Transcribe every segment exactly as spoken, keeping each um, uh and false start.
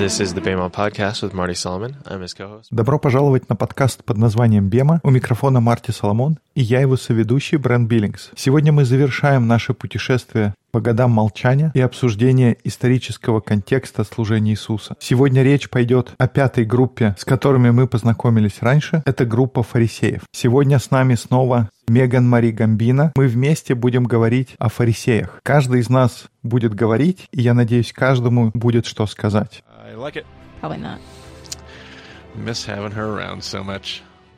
This is the Bema Podcast with Marty Solomon. I'm his co-host. Добро пожаловать на подкаст под названием «Бема». У микрофона Марти Соломон, и я его соведущий Брент Биллингс. Сегодня мы завершаем наше путешествие по годам молчания и обсуждения исторического контекста служения Иисуса. Сегодня речь пойдет о пятой группе, с которыми мы познакомились раньше. Это группа фарисеев. Сегодня с нами снова Меган Мари Гамбино. Мы вместе будем говорить о фарисеях. Каждый из нас будет говорить, и я надеюсь, каждому будет что сказать. I like it. Probably not. Miss having her around so much.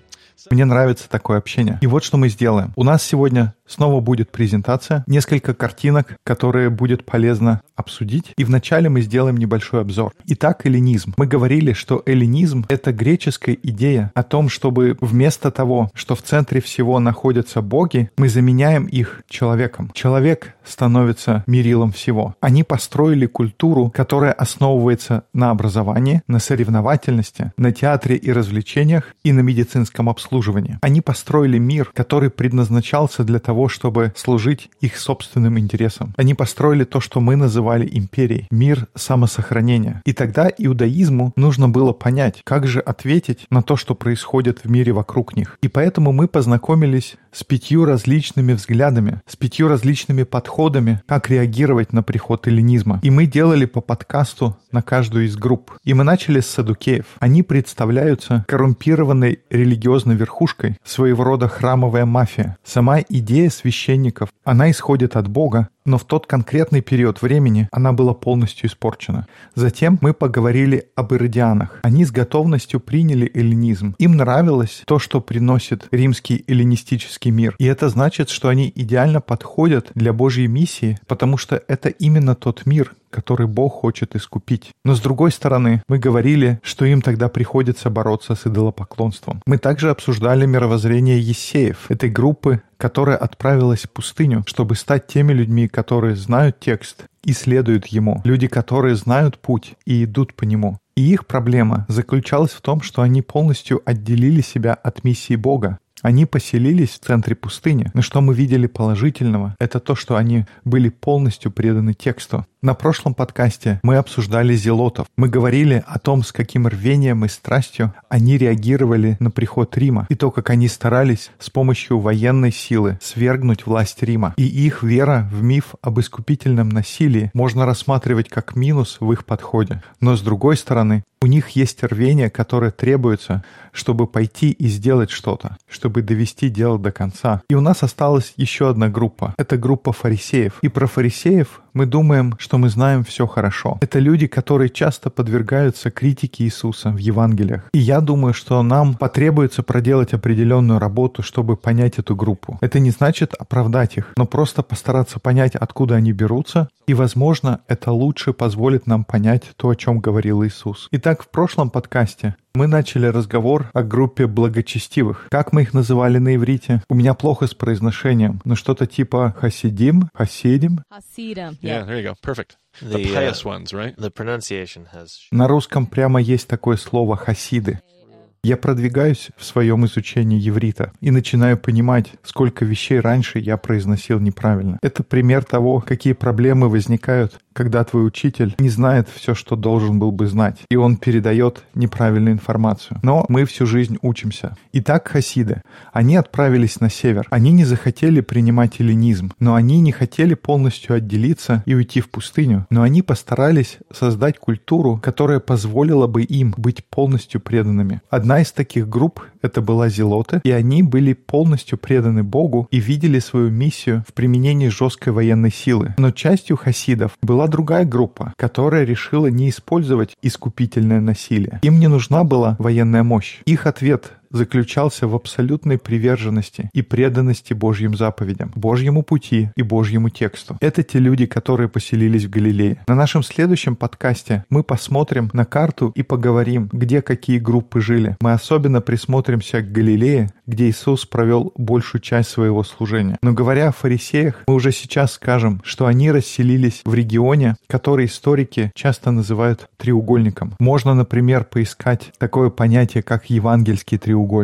Мне нравится такое общение. И вот что мы сделаем. У нас сегодня снова будет презентация, несколько картинок, которые будет полезно обсудить. И вначале мы сделаем небольшой обзор. Итак, эллинизм. Мы говорили, что эллинизм — это греческая идея о том, чтобы вместо того, что в центре всего находятся боги, мы заменяем их человеком. Человек становится мерилом всего. Они построили культуру, которая основывается на образовании, на соревновательности, на театре и развлечениях и на медицинском обслуживании. Они построили мир, который предназначался для того, чтобы служить их собственным интересам. Они построили то, что мы называли империей, мир самосохранения. И тогда иудаизму нужно было понять, как же ответить на то, что происходит в мире вокруг них. И поэтому мы познакомились с пятью различными взглядами, с пятью различными подходами, как реагировать на приход эллинизма. И мы делали по подкасту на каждую из групп. И мы начали с саддукеев. Они представляются коррумпированной религиозной верхушкой, своего рода храмовая мафия. Сама идея священников, она исходит от Бога, но в тот конкретный период времени она была полностью испорчена. Затем мы поговорили об иродианах. Они с готовностью приняли эллинизм. Им нравилось то, что приносит римский эллинистический мир. И это значит, что они идеально подходят для Божьей миссии, потому что это именно тот мир, который Бог хочет искупить. Но с другой стороны, мы говорили, что им тогда приходится бороться с идолопоклонством. Мы также обсуждали мировоззрение ессеев, этой группы, которая отправилась в пустыню, чтобы стать теми людьми, которые знают текст и следуют ему. Люди, которые знают путь и идут по нему. И их проблема заключалась в том, что они полностью отделили себя от миссии Бога. Они поселились в центре пустыни, но что мы видели положительного, это то, что они были полностью преданы тексту. На прошлом подкасте мы обсуждали зелотов. Мы говорили о том, с каким рвением и страстью они реагировали на приход Рима, и то, как они старались с помощью военной силы свергнуть власть Рима. И их вера в миф об искупительном насилии можно рассматривать как минус в их подходе. Но с другой стороны, у них есть рвение, которое требуется, чтобы пойти и сделать что-то, чтобы довести дело до конца. И у нас осталась еще одна группа. Это группа фарисеев. И про фарисеев мы думаем, что мы знаем все хорошо. Это люди, которые часто подвергаются критике Иисуса в Евангелиях. И я думаю, что нам потребуется проделать определенную работу, чтобы понять эту группу. Это не значит оправдать их, но просто постараться понять, откуда они берутся, и, возможно, это лучше позволит нам понять то, о чем говорил Иисус. Итак, в прошлом подкасте мы начали разговор о группе благочестивых. Как мы их называли на иврите? У меня плохо с произношением, но что-то типа хасидим, хасидим. Hasidim. Yeah, there you go. Perfect. The, The, pious uh, ones, right? The pronunciation has... На русском прямо есть такое слово хасиды. Я продвигаюсь в своем изучении иврита и начинаю понимать, сколько вещей раньше я произносил неправильно. Это пример того, какие проблемы возникают, когда твой учитель не знает все, что должен был бы знать, и он передает неправильную информацию. Но мы всю жизнь учимся. Итак, хасиды. Они отправились на север. Они не захотели принимать эллинизм, но они не хотели полностью отделиться и уйти в пустыню, но они постарались создать культуру, которая позволила бы им быть полностью преданными. Одна из таких групп — это была зелоты, и они были полностью преданы Богу и видели свою миссию в применении жесткой военной силы. Но частью хасидов была другая группа, которая решила не использовать искупительное насилие. Им не нужна была военная мощь. Их ответ заключался в абсолютной приверженности и преданности Божьим заповедям, Божьему пути и Божьему тексту. Это те люди, которые поселились в Галилее. На нашем следующем подкасте мы посмотрим на карту и поговорим, где какие группы жили. Мы особенно присмотримся к Галилее, где Иисус провел большую часть своего служения. Но говоря о фарисеях, мы уже сейчас скажем, что они расселились в регионе, который историки часто называют треугольником. Можно, например, поискать такое понятие, как евангельский треугольник.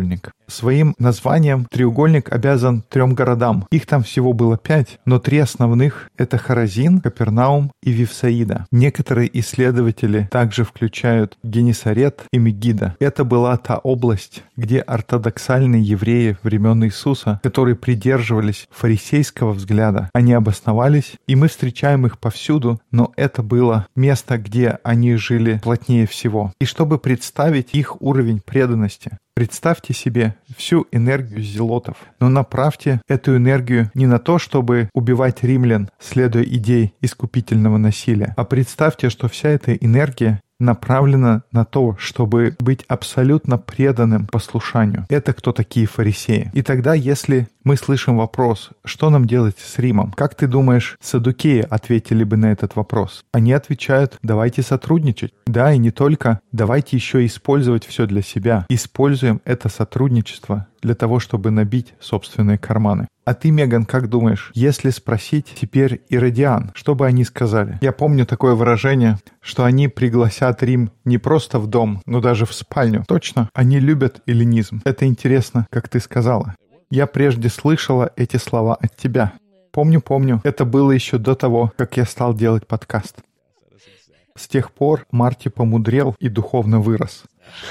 Своим названием треугольник обязан трем городам. Их там всего было пять, но три основных — это Хоразин, Капернаум и Вифсаида. Некоторые исследователи также включают Генесарет и Мегида. Это была та область, где ортодоксальные евреи времен Иисуса, которые придерживались фарисейского взгляда, они обосновались, и мы встречаем их повсюду, но это было место, где они жили плотнее всего. И чтобы представить их уровень преданности, представьте себе всю энергию зелотов, но направьте эту энергию не на то, чтобы убивать римлян, следуя идее искупительного насилия, а представьте, что вся эта энергия направлена на то, чтобы быть абсолютно преданным послушанию. Это кто такие фарисеи? И тогда, если мы слышим вопрос, что нам делать с Римом, как ты думаешь, саддукеи ответили бы на этот вопрос? Они отвечают: давайте сотрудничать. Да, и не только. Давайте еще использовать все для себя. Используем это сотрудничество для того, чтобы набить собственные карманы. А ты, Меган, как думаешь, если спросить теперь иродиан, что бы они сказали? Я помню такое выражение, что они пригласят Рим не просто в дом, но даже в спальню. Точно, они любят эллинизм. Это интересно, как ты сказала. Я прежде слышала эти слова от тебя. Помню, помню, это было еще до того, как я стал делать подкаст. С тех пор Марти помудрел и духовно вырос.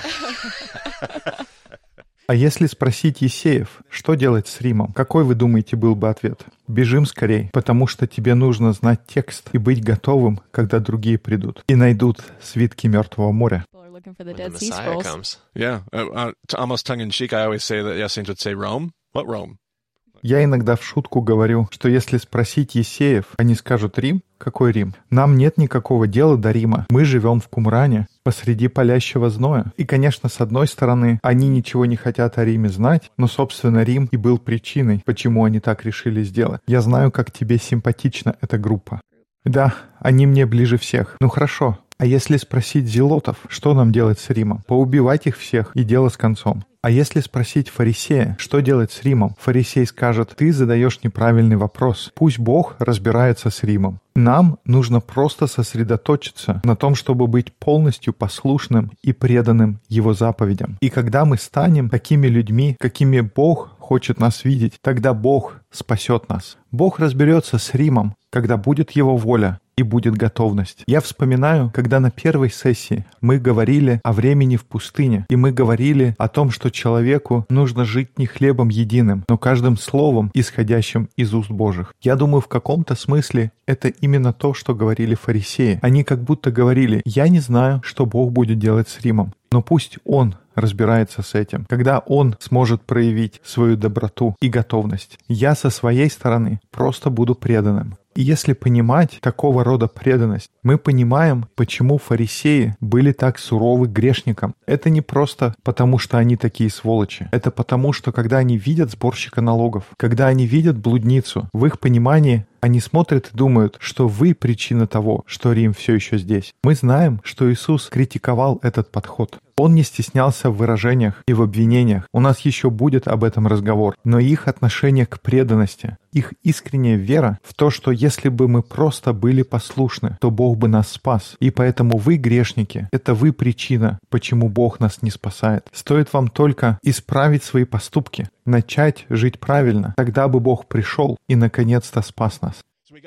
А если спросить Есеев, что делать с Римом, какой, вы думаете, был бы ответ? Бежим скорей, потому что тебе нужно знать текст и быть готовым, когда другие придут и найдут свитки Мертвого моря. When the Messiah comes. Yeah, uh, uh, almost tongue-in-cheek, I always say that Yasin would say Rome. What Rome? Я иногда в шутку говорю, что если спросить Есеев, они скажут: Рим? Какой Рим? Нам нет никакого дела до Рима. Мы живем в Кумране, посреди палящего зноя. И, конечно, с одной стороны, они ничего не хотят о Риме знать, но, собственно, Рим и был причиной, почему они так решили сделать. Я знаю, как тебе симпатична эта группа. Да, они мне ближе всех. Ну хорошо. А если спросить зелотов, что нам делать с Римом? Поубивать их всех, и дело с концом. А если спросить фарисея, что делать с Римом? Фарисей скажет: ты задаешь неправильный вопрос. Пусть Бог разбирается с Римом. Нам нужно просто сосредоточиться на том, чтобы быть полностью послушным и преданным Его заповедям. И когда мы станем такими людьми, какими Бог хочет нас видеть, тогда Бог спасет нас. Бог разберется с Римом, когда будет Его воля и будет готовность. Я вспоминаю, когда на первой сессии мы говорили о времени в пустыне, и мы говорили о том, что человеку нужно жить не хлебом единым, но каждым словом, исходящим из уст Божьих. Я думаю, в каком-то смысле это именно то, что говорили фарисеи. Они как будто говорили: я не знаю, что Бог будет делать с Римом, но пусть Он разбирается с этим, когда Он сможет проявить свою доброту и готовность. Я со своей стороны просто буду преданным. И если понимать такого рода преданность, мы понимаем, почему фарисеи были так суровы к грешникам. Это не просто потому, что они такие сволочи. Это потому, что когда они видят сборщика налогов, когда они видят блудницу, в их понимании они смотрят и думают, что вы причина того, что Рим все еще здесь. Мы знаем, что Иисус критиковал этот подход. Он не стеснялся в выражениях и в обвинениях. У нас еще будет об этом разговор. Но их отношение к преданности, их искренняя вера в то, что если бы мы просто были послушны, то Бог бы нас спас. И поэтому вы, грешники, это вы причина, почему Бог нас не спасает. Стоит вам только исправить свои поступки, начать жить правильно. Тогда бы Бог пришел и наконец-то спас нас.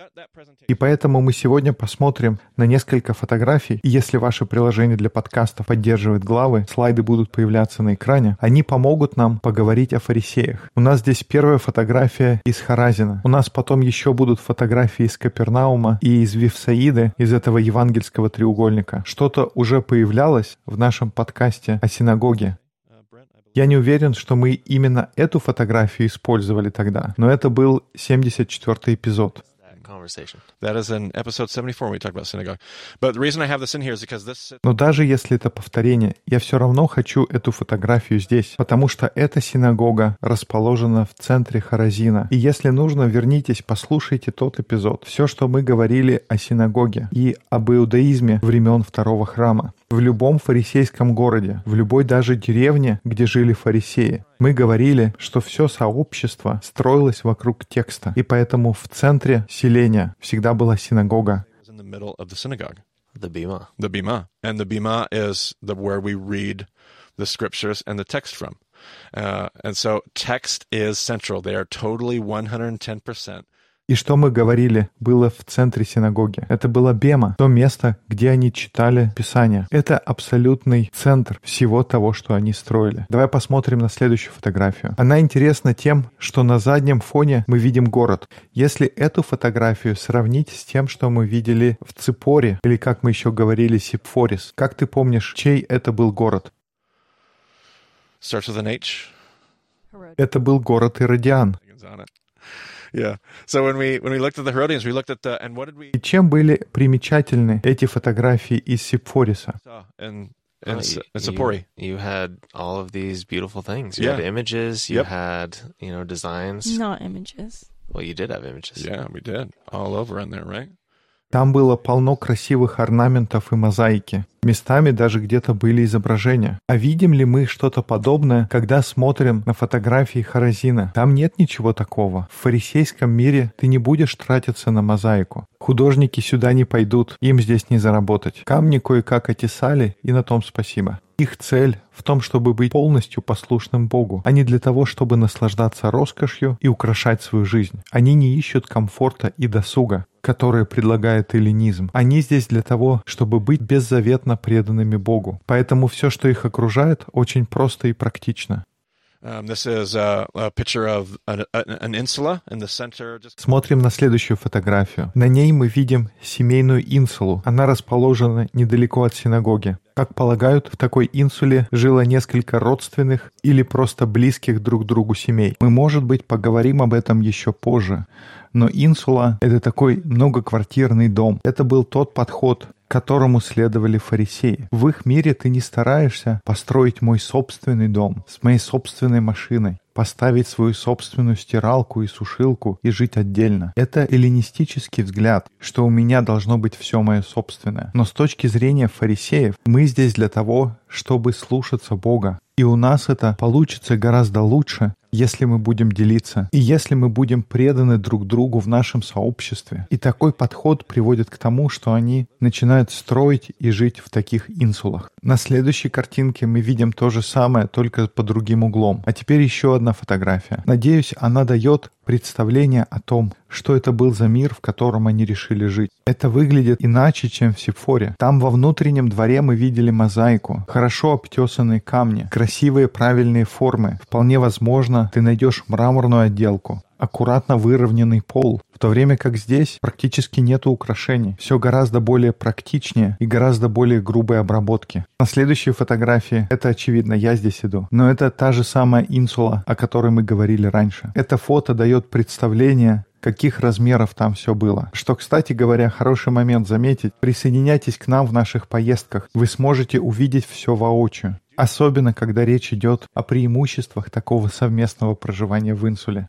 И поэтому мы сегодня посмотрим на несколько фотографий. И если ваше приложение для подкаста поддерживает главы, слайды будут появляться на экране. Они помогут нам поговорить о фарисеях. У нас здесь первая фотография из Хоразина. У нас потом еще будут фотографии из Капернаума и из Вифсаиды, из этого евангельского треугольника. Что-то уже появлялось в нашем подкасте о синагоге. Я не уверен, что мы именно эту фотографию использовали тогда, но это был семьдесят четвёртый эпизод. Но даже если это повторение, я все равно хочу эту фотографию здесь, потому что эта синагога расположена в центре Хоразина. И если нужно, вернитесь, послушайте тот эпизод. Все, что мы говорили о синагоге и об иудаизме времен второго храма. В любом фарисейском городе, в любой даже деревне, где жили фарисеи, мы говорили, что все сообщество строилось вокруг текста, и поэтому в центре селения всегда была синагога. The Bima. The Bima. And the Bima is the where we read the scriptures and the text from. Uh, and so text is central. They are totally one hundred ten percent. И что мы говорили, было в центре синагоги. Это было бема, то место, где они читали Писание. Это абсолютный центр всего того, что они строили. Давай посмотрим на следующую фотографию. Она интересна тем, что на заднем фоне мы видим город. Если эту фотографию сравнить с тем, что мы видели в Ципоре, или как мы еще говорили, Сипфорис, как ты помнишь, чей это был город? Starts with an H. Это был город Иродиан. Yeah. So when we when we looked at the Herodians, we looked at the and what did we? И чем были примечательны эти фотографии из Сипфориса? And and Oh, you, Zippori. you, you had all of these beautiful things. You Yeah. had images. You Yep. had, you know, designs. Not images. Well, you did have images. Yeah, we did all over in there, right? Там было полно красивых орнаментов и мозаики. Местами даже где-то были изображения. А видим ли мы что-то подобное, когда смотрим на фотографии Хоразина? Там нет ничего такого. В фарисейском мире ты не будешь тратиться на мозаику. Художники сюда не пойдут, им здесь не заработать. Камни кое-как отесали, и на том спасибо. Их цель в том, чтобы быть полностью послушным Богу, а не для того, чтобы наслаждаться роскошью и украшать свою жизнь. Они не ищут комфорта и досуга, которые предлагает эллинизм. Они здесь для того, чтобы быть беззаветно преданными Богу. Поэтому все, что их окружает, очень просто и практично. Um, this is a, a picture of an, an insula in the center. Just... Смотрим на следующую фотографию. На ней мы видим семейную инсулу. Она расположена недалеко от синагоги. Как полагают, в такой инсуле жило несколько родственных или просто близких друг другу семей. Мы, может быть, поговорим об этом еще позже. Но инсула — это такой многоквартирный дом. Это был тот подход, которому следовали фарисеи. В их мире ты не стараешься построить мой собственный дом с моей собственной машиной, поставить свою собственную стиралку и сушилку и жить отдельно. Это эллинистический взгляд, что у меня должно быть все мое собственное. Но с точки зрения фарисеев, мы здесь для того, чтобы слушаться Бога. И у нас это получится гораздо лучше, если мы будем делиться, и если мы будем преданы друг другу в нашем сообществе. И такой подход приводит к тому, что они начинают строить и жить в таких инсулах. На следующей картинке мы видим то же самое, только под другим углом. А теперь еще одна фотография. Надеюсь, она дает представление о том, что это был за мир, в котором они решили жить. Это выглядит иначе, чем в Сипфоре. Там во внутреннем дворе мы видели мозаику, хорошо обтесанные камни, красивые правильные формы. Вполне возможно, ты найдешь мраморную отделку, аккуратно выровненный пол, в то время как здесь практически нету украшений. Все гораздо более практичнее и гораздо более грубой обработки. На следующей фотографии, это очевидно, я здесь иду, но это та же самая инсула, о которой мы говорили раньше. Это фото дает представление, каких размеров там все было. Что, кстати говоря, хороший момент заметить. Присоединяйтесь к нам в наших поездках. Вы сможете увидеть все воочию. Особенно, когда речь идет о преимуществах такого совместного проживания в инсуле.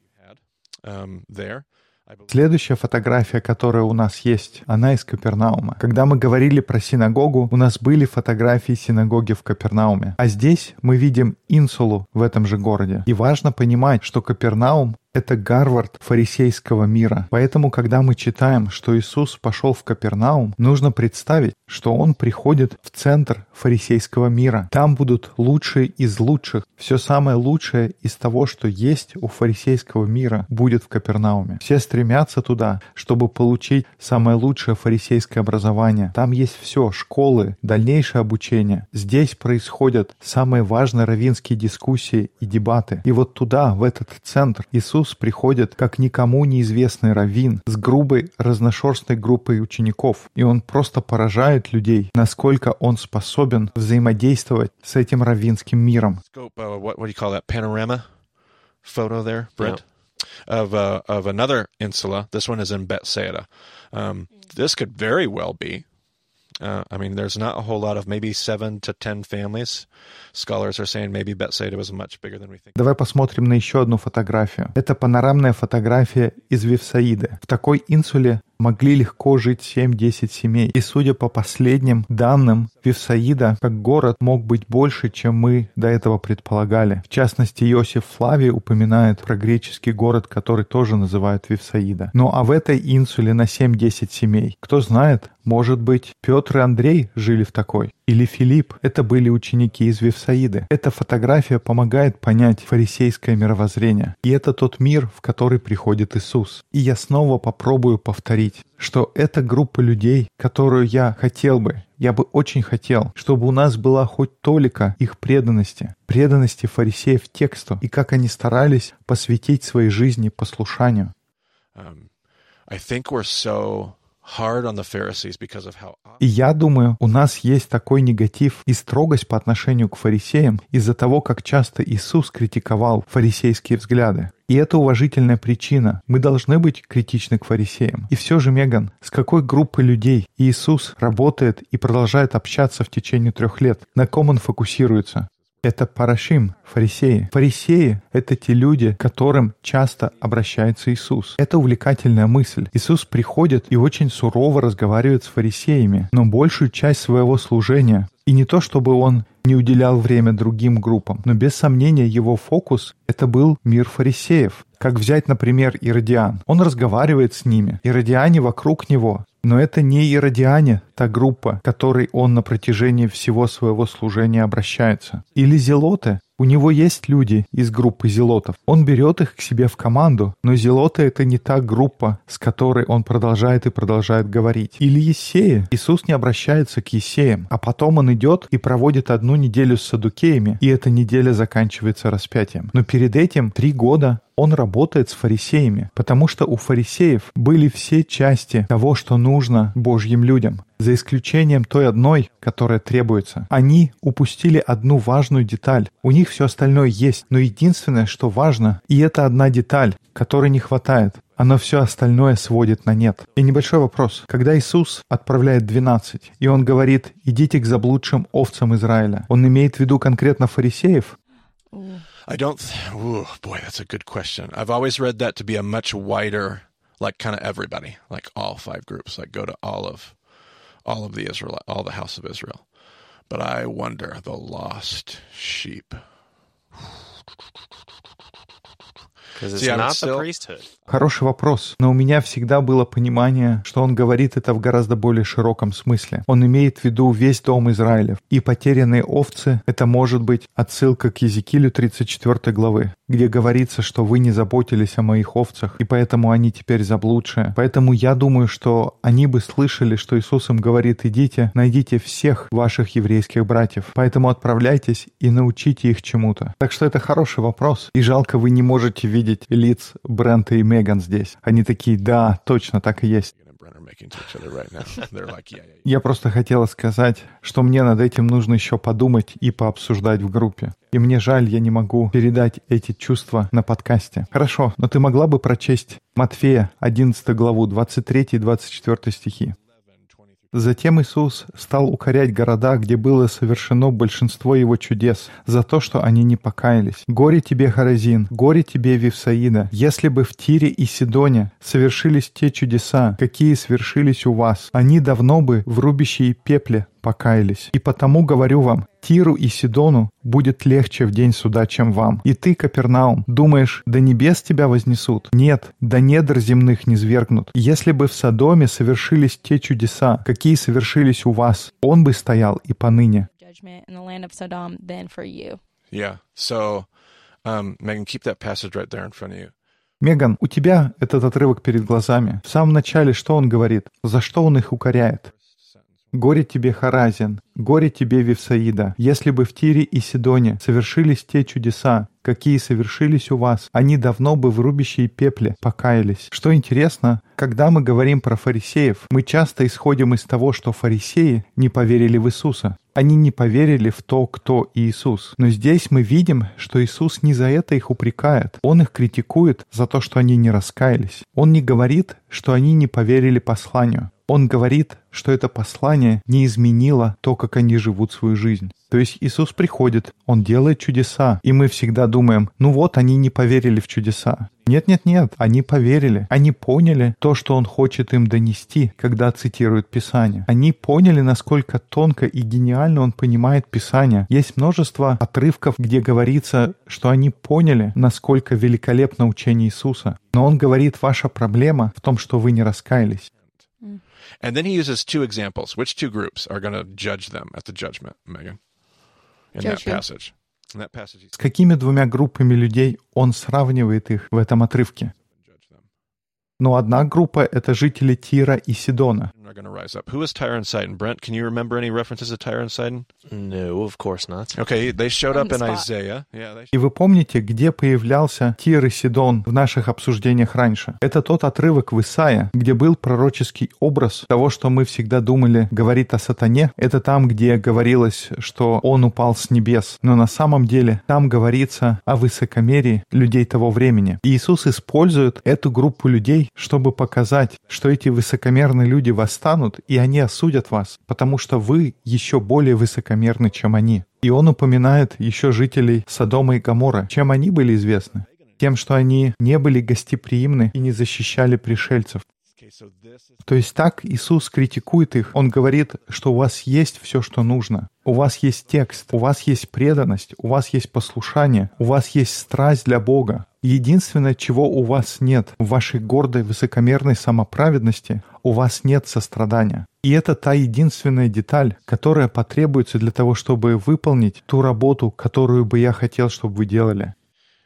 Um, there. Следующая фотография, которая у нас есть, она из Капернаума. Когда мы говорили про синагогу, у нас были фотографии синагоги в Капернауме. А здесь мы видим инсулу в этом же городе. И важно понимать, что Капернаум — это Гарвард фарисейского мира. Поэтому, когда мы читаем, что Иисус пошел в Капернаум, нужно представить, что Он приходит в центр фарисейского мира. Там будут лучшие из лучших. Все самое лучшее из того, что есть у фарисейского мира, будет в Капернауме. Все стремятся туда, чтобы получить самое лучшее фарисейское образование. Там есть все: школы, дальнейшее обучение. Здесь происходят самые важные раввинские дискуссии и дебаты. И вот туда, в этот центр, Иисус приходит как никому неизвестный раввин с грубой, разношерстной группой учеников. И он просто поражает людей, насколько он способен взаимодействовать с этим раввинским миром. Scope, uh, what, what do you call that? Panorama photo there, Brent? Yeah. Of, uh, of another insula. This one is in Bethsaida. Um, this could very well be. Uh, I mean, there's not a whole lot of maybe seven to ten families. Scholars are saying maybe Bethsaida was much bigger than we think. Давай посмотрим на еще одну фотографию. Это панорамная фотография из Вифсаиды. В такой инсуле могли легко жить семь-десять семей. И судя по последним данным, Вифсаида как город мог быть больше, чем мы до этого предполагали. В частности, Иосиф Флавий упоминает про греческий город, который тоже называют Вифсаида. Ну а в этой инсуле на семь-десять семей. Кто знает, может быть, Петр и Андрей жили в такой. или Филипп — это были ученики из Вифсаиды. Эта фотография помогает понять фарисейское мировоззрение. И это тот мир, в который приходит Иисус. И я снова попробую повторить, что это группа людей, которую я хотел бы, я бы очень хотел, чтобы у нас была хоть толика их преданности, преданности фарисеев тексту, и как они старались посвятить своей жизни послушанию. Um, I think we're so hard on the Pharisees because of how... И я думаю, у нас есть такой негатив и строгость по отношению к фарисеям из-за того, как часто Иисус критиковал фарисейские взгляды. И это уважительная причина. Мы должны быть критичны к фарисеям. И все же, Меган, с какой группой людей Иисус работает и продолжает общаться в течение трех лет? На ком он фокусируется? Это парашим, фарисеи. Фарисеи — это те люди, к которым часто обращается Иисус. Это увлекательная мысль. Иисус приходит и очень сурово разговаривает с фарисеями, но большую часть своего служения, и не то чтобы он не уделял время другим группам, но без сомнения его фокус — это был мир фарисеев. Как взять, например, Иродиан. Он разговаривает с ними, иродиане вокруг него. Но это не иродиане, та группа, к которой он на протяжении всего своего служения обращается. Или зелоты. У него есть люди из группы зелотов. Он берет их к себе в команду, но зелоты — это не та группа, с которой он продолжает и продолжает говорить. Или ессеи. Иисус не обращается к ессеям, а потом он идет и проводит одну неделю с саддукеями, и эта неделя заканчивается распятием. Но перед этим три года он работает с фарисеями, потому что у фарисеев были все части того, что нужно Божьим людям, за исключением той одной, которая требуется. Они упустили одну важную деталь. У них все остальное есть, но единственное, что важно, и это одна деталь, которой не хватает. Оно все остальное сводит на нет. И небольшой вопрос. Когда Иисус отправляет двенадцать, и Он говорит: «Идите к заблудшим овцам Израиля», Он имеет в виду конкретно фарисеев? I don't... Th- Ooh, boy, that's a good question. I've always read that to be a much wider, like kind of everybody, like all five groups, like go to all of, all of the Israel, all the house of Israel. But I wonder, the lost sheep. Because it's See, I would not the still- priesthood. Хороший вопрос, но у меня всегда было понимание, что он говорит это в гораздо более широком смысле. Он имеет в виду весь дом Израилев. И потерянные овцы — это может быть отсылка к Иезекиилю тридцать четвёртой главы, где говорится, что вы не заботились о моих овцах, и поэтому они теперь заблудшие. Поэтому я думаю, что они бы слышали, что Иисус им говорит: идите, найдите всех ваших еврейских братьев, поэтому отправляйтесь и научите их чему-то. Так что это хороший вопрос, и жалко, вы не можете видеть лиц Брента и Меган здесь. Они такие: да, точно, так и есть. And Brent are making to each other right now. They're like, yeah, yeah, yeah. Я просто хотела сказать, что мне над этим нужно еще подумать и пообсуждать в группе. И мне жаль, я не могу передать эти чувства на подкасте. Хорошо, но ты могла бы прочесть Матфея одиннадцатую главу, двадцать третий и двадцать четвёртый стихи. Затем Иисус стал укорять города, где было совершено большинство Его чудес, за то, что они не покаялись. «Горе тебе, Хоразин! Горе тебе, Вифсаида! Если бы в Тире и Сидоне совершились те чудеса, какие свершились у вас, они давно бы в рубище и пепле покаялись. И потому говорю вам, Тиру и Сидону будет легче в день суда, чем вам. И ты, Капернаум, думаешь, до небес тебя вознесут? Нет, до недр земных низвергнут. Если бы в Содоме совершились те чудеса, какие совершились у вас, он бы стоял и поныне». Judgment in the land of Sodom than for you. Yeah. So, um, Megan, keep that passage right there in front of you. Меган, у тебя этот отрывок перед глазами. В самом начале что он говорит? За что он их укоряет? «Горе тебе, Хоразин! Горе тебе, Вифсаида! Если бы в Тире и Сидоне совершились те чудеса, какие совершились у вас, они давно бы в рубище и пепле покаялись». Что интересно, когда мы говорим про фарисеев, мы часто исходим из того, что фарисеи не поверили в Иисуса. Они не поверили в то, кто Иисус. Но здесь мы видим, что Иисус не за это их упрекает. Он их критикует за то, что они не раскаялись. Он не говорит, что они не поверили посланию. Он говорит, что это послание не изменило то, как они живут свою жизнь. То есть Иисус приходит, Он делает чудеса, и мы всегда думаем: ну вот, они не поверили в чудеса. Нет-нет-нет, они поверили. Они поняли то, что Он хочет им донести, когда цитирует Писание. Они поняли, насколько тонко и гениально Он понимает Писание. Есть множество отрывков, где говорится, что они поняли, насколько великолепно учение Иисуса. Но Он говорит: ваша проблема в том, что вы не раскаялись. And then he uses two examples. Which two groups are going to judge them at the judgment, Megan? In that Judge who? passage. In that passage, he С какими двумя группами людей он сравнивает их в этом отрывке? judge them. Но одна группа — это жители Тира и Сидона. They're going to rise up. Who is Tyre and Sidon? Brent, can you remember any references to Tyre and Sidon? No, of course not. Okay, they showed On up the in spot. Isaiah. Yeah, they И вы помните, где появлялся Тир и Сидон в наших обсуждениях раньше? Это тот отрывок в Исаия, где был пророческий образ того, что мы всегда думали, говорит о сатане. Это там, где говорилось, что он упал с небес. Но на самом деле там говорится о высокомерии людей того времени. И Иисус использует эту группу людей, чтобы показать, что эти высокомерные люди восстанут, и они осудят вас, потому что вы еще более высокомерны, чем они. И он упоминает еще жителей Содома и Гоморры. Чем они были известны? Тем, что они не были гостеприимны и не защищали пришельцев. Okay, so this is То есть так Иисус критикует их. Он говорит, что у вас есть все, что нужно. У вас есть текст, у вас есть преданность, у вас есть послушание, у вас есть страсть для Бога. Единственное, чего у вас нет в вашей гордой, высокомерной самоправедности, у вас нет сострадания. И это та единственная деталь, которая потребуется для того, чтобы выполнить ту работу, которую бы я хотел, чтобы вы делали.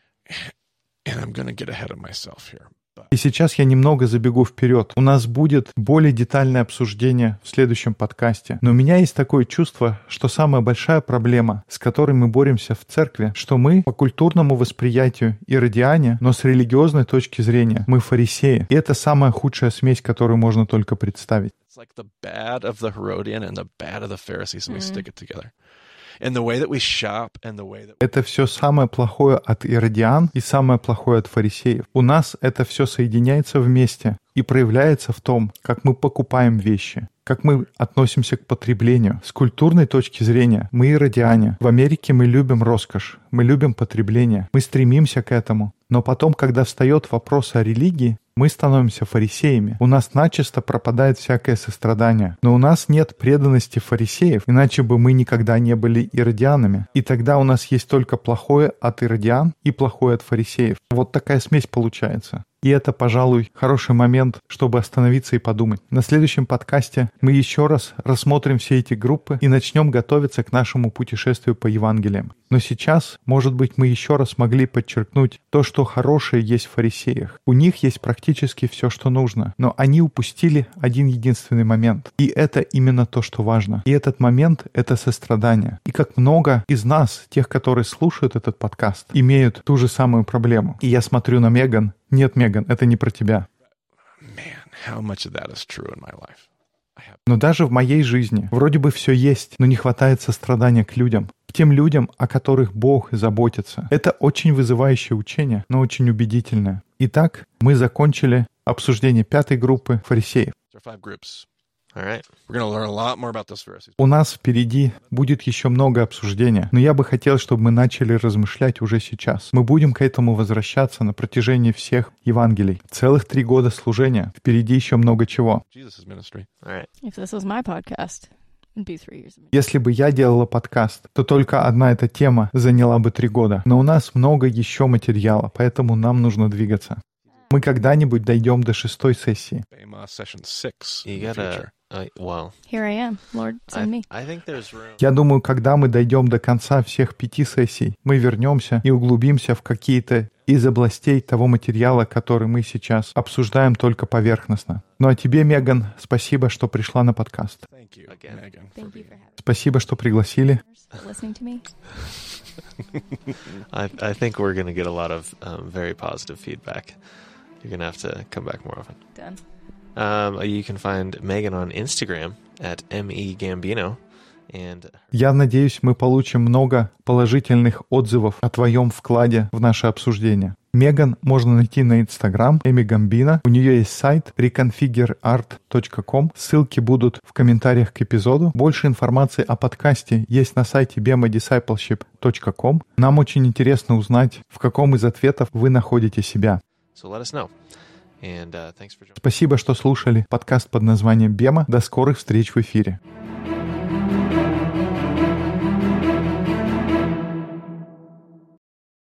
and I'm going to get ahead of myself here. But И сейчас я немного забегу вперед. У нас будет более детальное обсуждение в следующем подкасте. Но у меня есть такое чувство, что самая большая проблема, с которой мы боремся в церкви, что мы по культурному восприятию иродиане, но с религиозной точки зрения мы фарисеи. И это самая худшая смесь, которую можно только представить. it's like the bad of the Herodian and the bad of the Pharisees, and we stick it together. And the way that we shop and the way that Это все самое плохое от иродиан и самое плохое от фарисеев. У нас это все соединяется вместе и проявляется в том, как мы покупаем вещи, как мы относимся к потреблению. С культурной точки зрения мы иродиане. В Америке мы любим роскошь, мы любим потребление, мы стремимся к этому. Но потом, когда встает вопрос о религии, мы становимся фарисеями. У нас начисто пропадает всякое сострадание. Но у нас нет преданности фарисеев, иначе бы мы никогда не были иродианами. И тогда у нас есть только плохое от иродиан и плохое от фарисеев. Вот такая смесь получается. И это, пожалуй, хороший момент, чтобы остановиться и подумать. На следующем подкасте мы еще раз рассмотрим все эти группы и начнем готовиться к нашему путешествию по Евангелиям. Но сейчас, может быть, мы еще раз могли подчеркнуть то, что хорошее есть в фарисеях. У них есть практически все, что нужно, но они упустили один единственный момент. И это именно то, что важно. И этот момент — это сострадание. И как много из нас, тех, которые слушают этот подкаст, имеют ту же самую проблему. И я смотрю на Меган. Нет, Меган, это не про тебя. man, how much of that is true in my life? I have Но даже в моей жизни вроде бы все есть, но не хватает сострадания к людям, к тем людям, о которых Бог заботится. Это очень вызывающее учение, но очень убедительное. Итак, мы закончили обсуждение пятой группы фарисеев. there are five groups. All right. We're going to learn a lot more about those Pharisees. У нас впереди будет еще много обсуждения, но я бы хотел, чтобы мы начали размышлять уже сейчас. Мы будем к этому возвращаться на протяжении всех Евангелий. Целых три года служения. Впереди еще много чего. Jesus' ministry. All right. If this was my podcast, it'd be three years. Если бы я делала подкаст, то только одна эта тема заняла бы три года. Но у нас много еще материала, поэтому нам нужно двигаться. Мы когда-нибудь дойдем до шестой сессии. Bema session six You in the gotta. future. Uh, well, Here I am, Lord, send I, me. I think there's room. Я думаю, когда мы дойдем до конца всех пяти сессий, мы вернемся и углубимся в какие-то из областей того материала, который мы сейчас обсуждаем только поверхностно. Ну а тебе, Меган, спасибо, что пришла на подкаст. Thank you, Again. Megan. Thank you for having Спасибо, что пригласили. for listening to me. I, I think we're going to get a lot of um, very positive feedback. You're going to have to come back more often. Done. Um, you can find Megan on Instagram at megambino. And Я надеюсь, мы получим много положительных отзывов о твоем вкладе в наше обсуждение. Меган можно найти на Instagram Эми Гамбино. У нее есть сайт reconfigure art точка ком. Ссылки будут в комментариях к эпизоду. Больше информации о подкасте есть на сайте бема дисайплшип точка ком. Нам очень интересно узнать, в каком из ответов вы находите себя. so let us know. And uh, thanks for joining. Спасибо, что слушали подкаст под названием «Бема». До скорых встреч в эфире.